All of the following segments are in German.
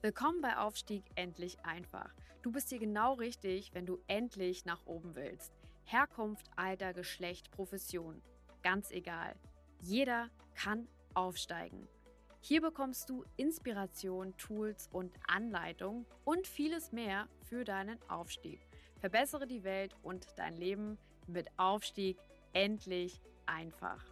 Willkommen bei Aufstieg endlich einfach. Du bist hier genau richtig, wenn du endlich nach oben willst. Herkunft, Alter, Geschlecht, Profession. Ganz egal. Jeder kann aufsteigen. Hier bekommst du Inspiration, Tools und Anleitung und vieles mehr für deinen Aufstieg. Verbessere die Welt und dein Leben mit Aufstieg endlich einfach.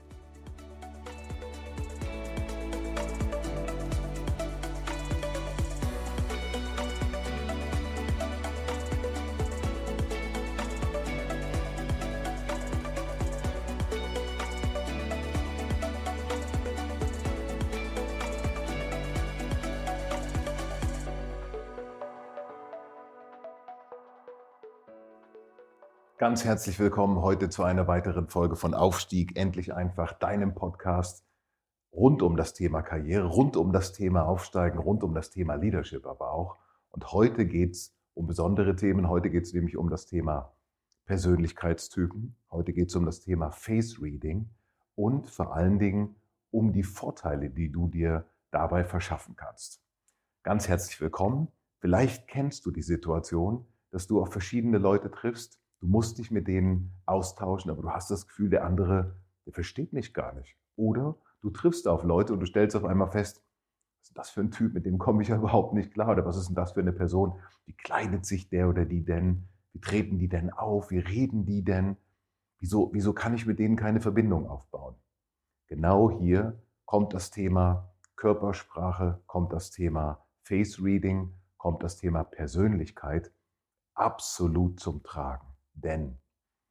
Ganz herzlich willkommen heute zu einer weiteren Folge von Aufstieg endlich einfach, deinem Podcast rund um das Thema Karriere, rund um das Thema Aufsteigen, rund um das Thema Leadership aber auch. Und heute geht es um besondere Themen. Heute geht es nämlich um das Thema Persönlichkeitstypen. Heute geht es um das Thema Face Reading und vor allen Dingen um die Vorteile, die du dir dabei verschaffen kannst. Ganz herzlich willkommen. Vielleicht kennst du die Situation, dass du auf verschiedene Leute triffst. Du musst dich mit denen austauschen, aber du hast das Gefühl, der andere, der versteht mich gar nicht. Oder du triffst auf Leute und du stellst auf einmal fest, was ist denn das für ein Typ, mit dem komme ich ja überhaupt nicht klar? Oder was ist denn das für eine Person? Wie kleidet sich der oder die denn? Wie treten die denn auf? Wie reden die denn? Wieso kann ich mit denen keine Verbindung aufbauen? Genau hier kommt das Thema Körpersprache, kommt das Thema Face Reading, kommt das Thema Persönlichkeit absolut zum Tragen. Denn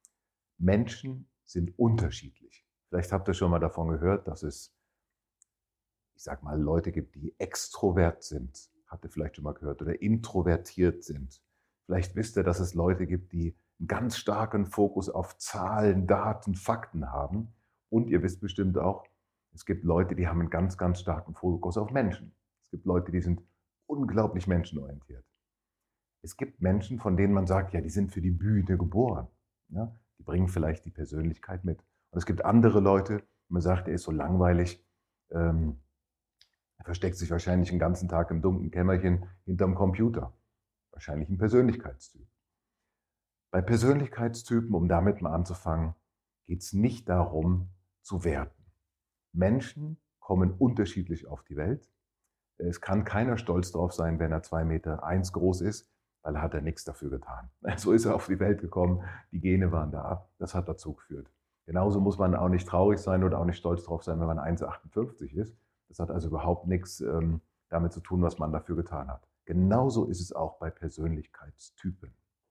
Menschen sind unterschiedlich. Vielleicht habt ihr schon mal davon gehört, dass es, ich sag mal, Leute gibt, die extrovert sind. Habt ihr vielleicht schon mal gehört? Oder introvertiert sind. Vielleicht wisst ihr, dass es Leute gibt, die einen ganz starken Fokus auf Zahlen, Daten, Fakten haben. Und ihr wisst bestimmt auch, es gibt Leute, die haben einen ganz, ganz starken Fokus auf Menschen. Es gibt Leute, die sind unglaublich menschenorientiert. Es gibt Menschen, von denen man sagt, ja, die sind für die Bühne geboren. Ja, die bringen vielleicht die Persönlichkeit mit. Und es gibt andere Leute, man sagt, er ist so langweilig, er versteckt sich wahrscheinlich den ganzen Tag im dunklen Kämmerchen hinterm Computer. Wahrscheinlich ein Persönlichkeitstyp. Bei Persönlichkeitstypen, um damit mal anzufangen, geht es nicht darum, zu werten. Menschen kommen unterschiedlich auf die Welt. Es kann keiner stolz drauf sein, wenn er 2,1 Meter groß ist, weil er hat er nichts dafür getan. So ist er auf die Welt gekommen, die Gene waren da, das hat dazu geführt. Genauso muss man auch nicht traurig sein oder auch nicht stolz drauf sein, wenn man 1,58 ist. Das hat also überhaupt nichts damit zu tun, was man dafür getan hat. Genauso ist es auch bei Persönlichkeitstypen.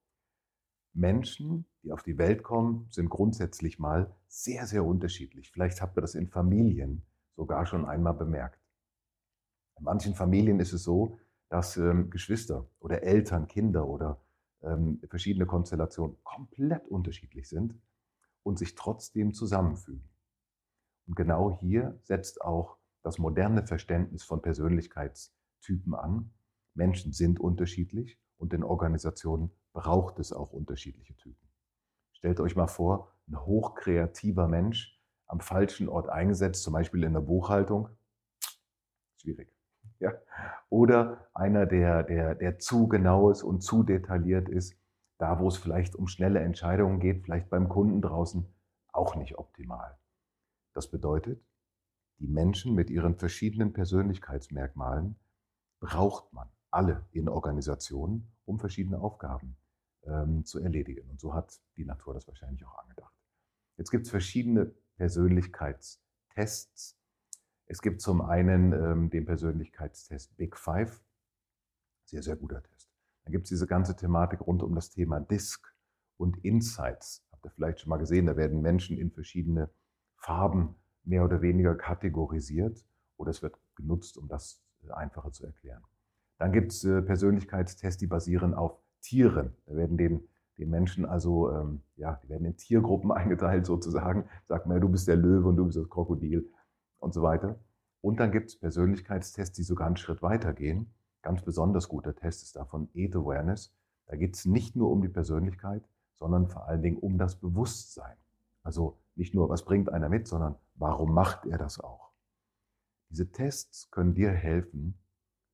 Menschen, die auf die Welt kommen, sind grundsätzlich mal sehr, sehr unterschiedlich. Vielleicht habt ihr das in Familien sogar schon einmal bemerkt. In manchen Familien ist es so, dass Geschwister oder Eltern, Kinder oder verschiedene Konstellationen komplett unterschiedlich sind und sich trotzdem zusammenfügen. Und genau hier setzt auch das moderne Verständnis von Persönlichkeitstypen an. Menschen sind unterschiedlich und in Organisationen braucht es auch unterschiedliche Typen. Stellt euch mal vor, ein hochkreativer Mensch am falschen Ort eingesetzt, zum Beispiel in der Buchhaltung, schwierig. Ja? Oder einer, der zu genau ist und zu detailliert ist, da wo es vielleicht um schnelle Entscheidungen geht, vielleicht beim Kunden draußen, auch nicht optimal. Das bedeutet, die Menschen mit ihren verschiedenen Persönlichkeitsmerkmalen braucht man alle in Organisationen, um verschiedene Aufgaben zu erledigen. Und so hat die Natur das wahrscheinlich auch angedacht. Jetzt gibt es verschiedene Persönlichkeitstests. Es gibt zum einen den Persönlichkeitstest Big Five, sehr, sehr guter Test. Dann gibt es diese ganze Thematik rund um das Thema DISC und Insights. Habt ihr vielleicht schon mal gesehen, da werden Menschen in verschiedene Farben mehr oder weniger kategorisiert oder es wird genutzt, um das einfacher zu erklären. Dann gibt es Persönlichkeitstests, die basieren auf Tieren. Da werden den Menschen also, die werden in Tiergruppen eingeteilt sozusagen. Sagt man, ja, du bist der Löwe und du bist das Krokodil und so weiter. Und dann gibt es Persönlichkeitstests, die sogar einen Schritt weiter gehen. Ganz besonders guter Test ist davon Age Awareness. Da geht es nicht nur um die Persönlichkeit, sondern vor allen Dingen um das Bewusstsein. Also nicht nur, was bringt einer mit, sondern warum macht er das auch? Diese Tests können dir helfen,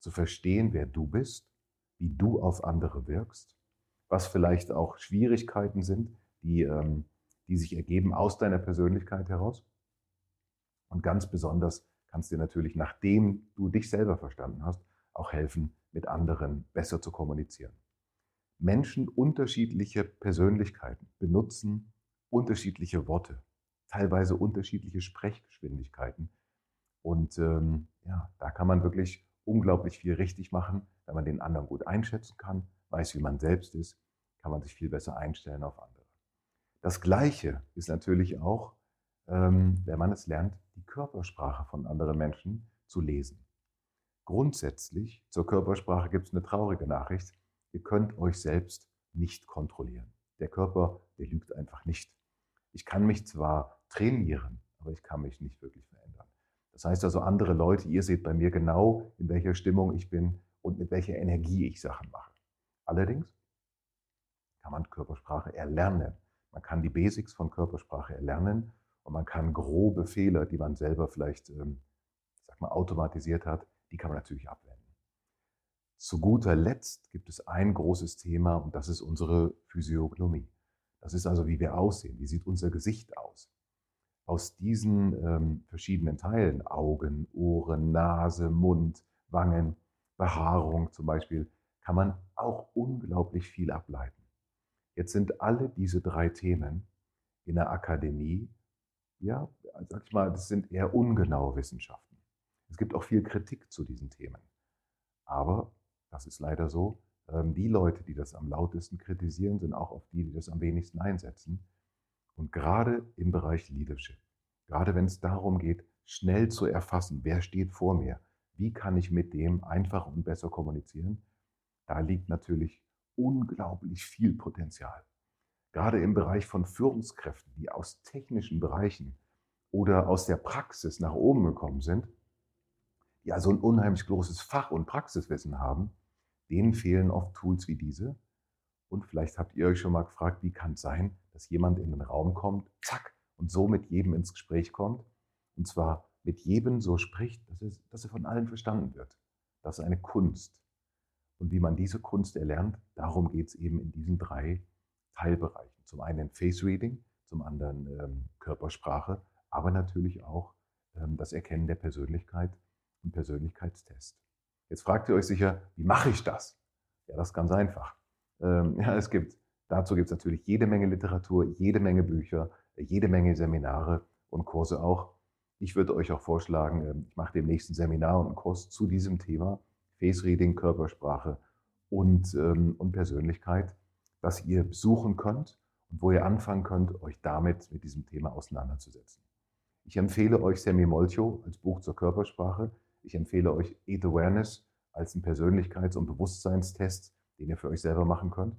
zu verstehen, wer du bist, wie du auf andere wirkst, was vielleicht auch Schwierigkeiten sind, die sich ergeben aus deiner Persönlichkeit heraus. Und ganz besonders kannst dir natürlich, nachdem du dich selber verstanden hast, auch helfen, mit anderen besser zu kommunizieren. Menschen unterschiedlicher Persönlichkeiten benutzen unterschiedliche Worte, teilweise unterschiedliche Sprechgeschwindigkeiten. Und da kann man wirklich unglaublich viel richtig machen, wenn man den anderen gut einschätzen kann, weiß, wie man selbst ist, kann man sich viel besser einstellen auf andere. Das Gleiche ist natürlich auch, wenn man es lernt, die Körpersprache von anderen Menschen zu lesen. Grundsätzlich zur Körpersprache gibt es eine traurige Nachricht. Ihr könnt euch selbst nicht kontrollieren. Der Körper, der lügt einfach nicht. Ich kann mich zwar trainieren, aber ich kann mich nicht wirklich verändern. Das heißt also, andere Leute, ihr seht bei mir genau, in welcher Stimmung ich bin und mit welcher Energie ich Sachen mache. Allerdings kann man Körpersprache erlernen. Man kann die Basics von Körpersprache erlernen und man kann grobe Fehler, die man selber vielleicht automatisiert hat, die kann man natürlich abwenden. Zu guter Letzt gibt es ein großes Thema und das ist unsere Physiognomie. Das ist also, wie wir aussehen. Wie sieht unser Gesicht aus? Aus diesen verschiedenen Teilen, Augen, Ohren, Nase, Mund, Wangen, Behaarung zum Beispiel, kann man auch unglaublich viel ableiten. Jetzt sind alle diese 3 Themen in der Akademie, das sind eher ungenaue Wissenschaften. Es gibt auch viel Kritik zu diesen Themen. Aber, das ist leider so, die Leute, die das am lautesten kritisieren, sind auch oft die das am wenigsten einsetzen. Und gerade im Bereich Leadership, gerade wenn es darum geht, schnell zu erfassen, wer steht vor mir, wie kann ich mit dem einfacher und besser kommunizieren, da liegt natürlich unglaublich viel Potenzial. Gerade im Bereich von Führungskräften, die aus technischen Bereichen oder aus der Praxis nach oben gekommen sind, die also ein unheimlich großes Fach- und Praxiswissen haben, denen fehlen oft Tools wie diese. Und vielleicht habt ihr euch schon mal gefragt, wie kann es sein, dass jemand in den Raum kommt, zack, und so mit jedem ins Gespräch kommt. Und zwar mit jedem so spricht, dass er von allen verstanden wird. Das ist eine Kunst. Und wie man diese Kunst erlernt, darum geht es eben in diesen 3 Teilbereichen. Zum einen Face Reading, zum anderen Körpersprache, aber natürlich auch das Erkennen der Persönlichkeit und Persönlichkeitstest. Jetzt fragt ihr euch sicher, wie mache ich das? Ja, das ist ganz einfach. Dazu gibt es natürlich jede Menge Literatur, jede Menge Bücher, jede Menge Seminare und Kurse auch. Ich würde euch auch vorschlagen, ich mache demnächst ein Seminar und einen Kurs zu diesem Thema, Face Reading, Körpersprache und Persönlichkeit, das ihr besuchen könnt und wo ihr anfangen könnt, euch mit diesem Thema auseinanderzusetzen. Ich empfehle euch Sammy Molcho als Buch zur Körpersprache. Ich empfehle euch Eat Awareness als einen Persönlichkeits- und Bewusstseinstest, den ihr für euch selber machen könnt.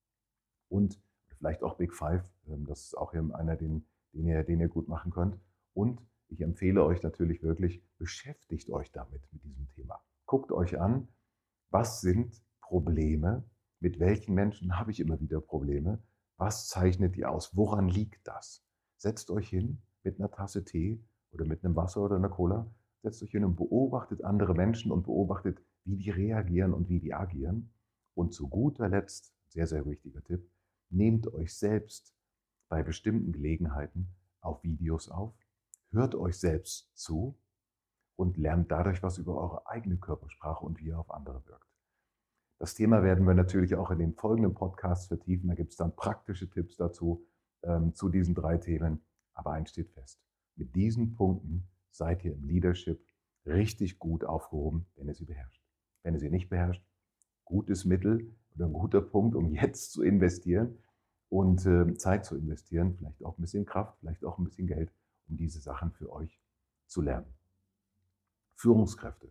Und vielleicht auch Big Five, das ist auch einer, den ihr gut machen könnt. Und ich empfehle euch natürlich wirklich, beschäftigt euch damit, mit diesem Thema. Guckt euch an, was sind Probleme, mit welchen Menschen habe ich immer wieder Probleme, was zeichnet die aus, woran liegt das? Setzt euch hin mit einer Tasse Tee oder mit einem Wasser oder einer Cola, setzt euch hin und beobachtet andere Menschen und beobachtet, wie die reagieren und wie die agieren. Und zu guter Letzt, sehr, sehr wichtiger Tipp, nehmt euch selbst bei bestimmten Gelegenheiten auf Videos auf, hört euch selbst zu und lernt dadurch was über eure eigene Körpersprache und wie ihr auf andere wirkt. Das Thema werden wir natürlich auch in den folgenden Podcasts vertiefen. Da gibt es dann praktische Tipps dazu, zu diesen 3 Themen. Aber eins steht fest, mit diesen Punkten seid ihr im Leadership richtig gut aufgehoben, wenn ihr sie beherrscht. Wenn ihr sie nicht beherrscht, gutes Mittel oder ein guter Punkt, um jetzt zu investieren und Zeit zu investieren, vielleicht auch ein bisschen Kraft, vielleicht auch ein bisschen Geld, um diese Sachen für euch zu lernen. Führungskräfte,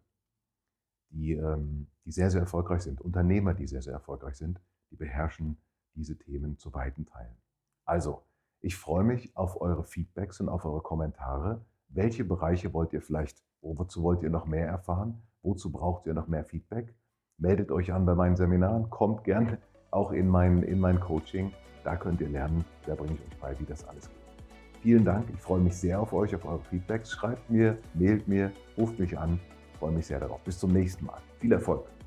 die sehr, sehr erfolgreich sind, Unternehmer, die sehr, sehr erfolgreich sind, die beherrschen diese Themen zu weiten Teilen. Also, ich freue mich auf eure Feedbacks und auf eure Kommentare. Welche Bereiche wollt ihr wozu wollt ihr noch mehr erfahren? Wozu braucht ihr noch mehr Feedback? Meldet euch an bei meinen Seminaren, kommt gerne auch in mein Coaching. Da könnt ihr lernen, da bringe ich euch bei, wie das alles geht. Vielen Dank, ich freue mich sehr auf euch, auf eure Feedbacks. Schreibt mir, mailt mir, ruft mich an Ich freue mich sehr darauf. Bis zum nächsten Mal. Viel Erfolg.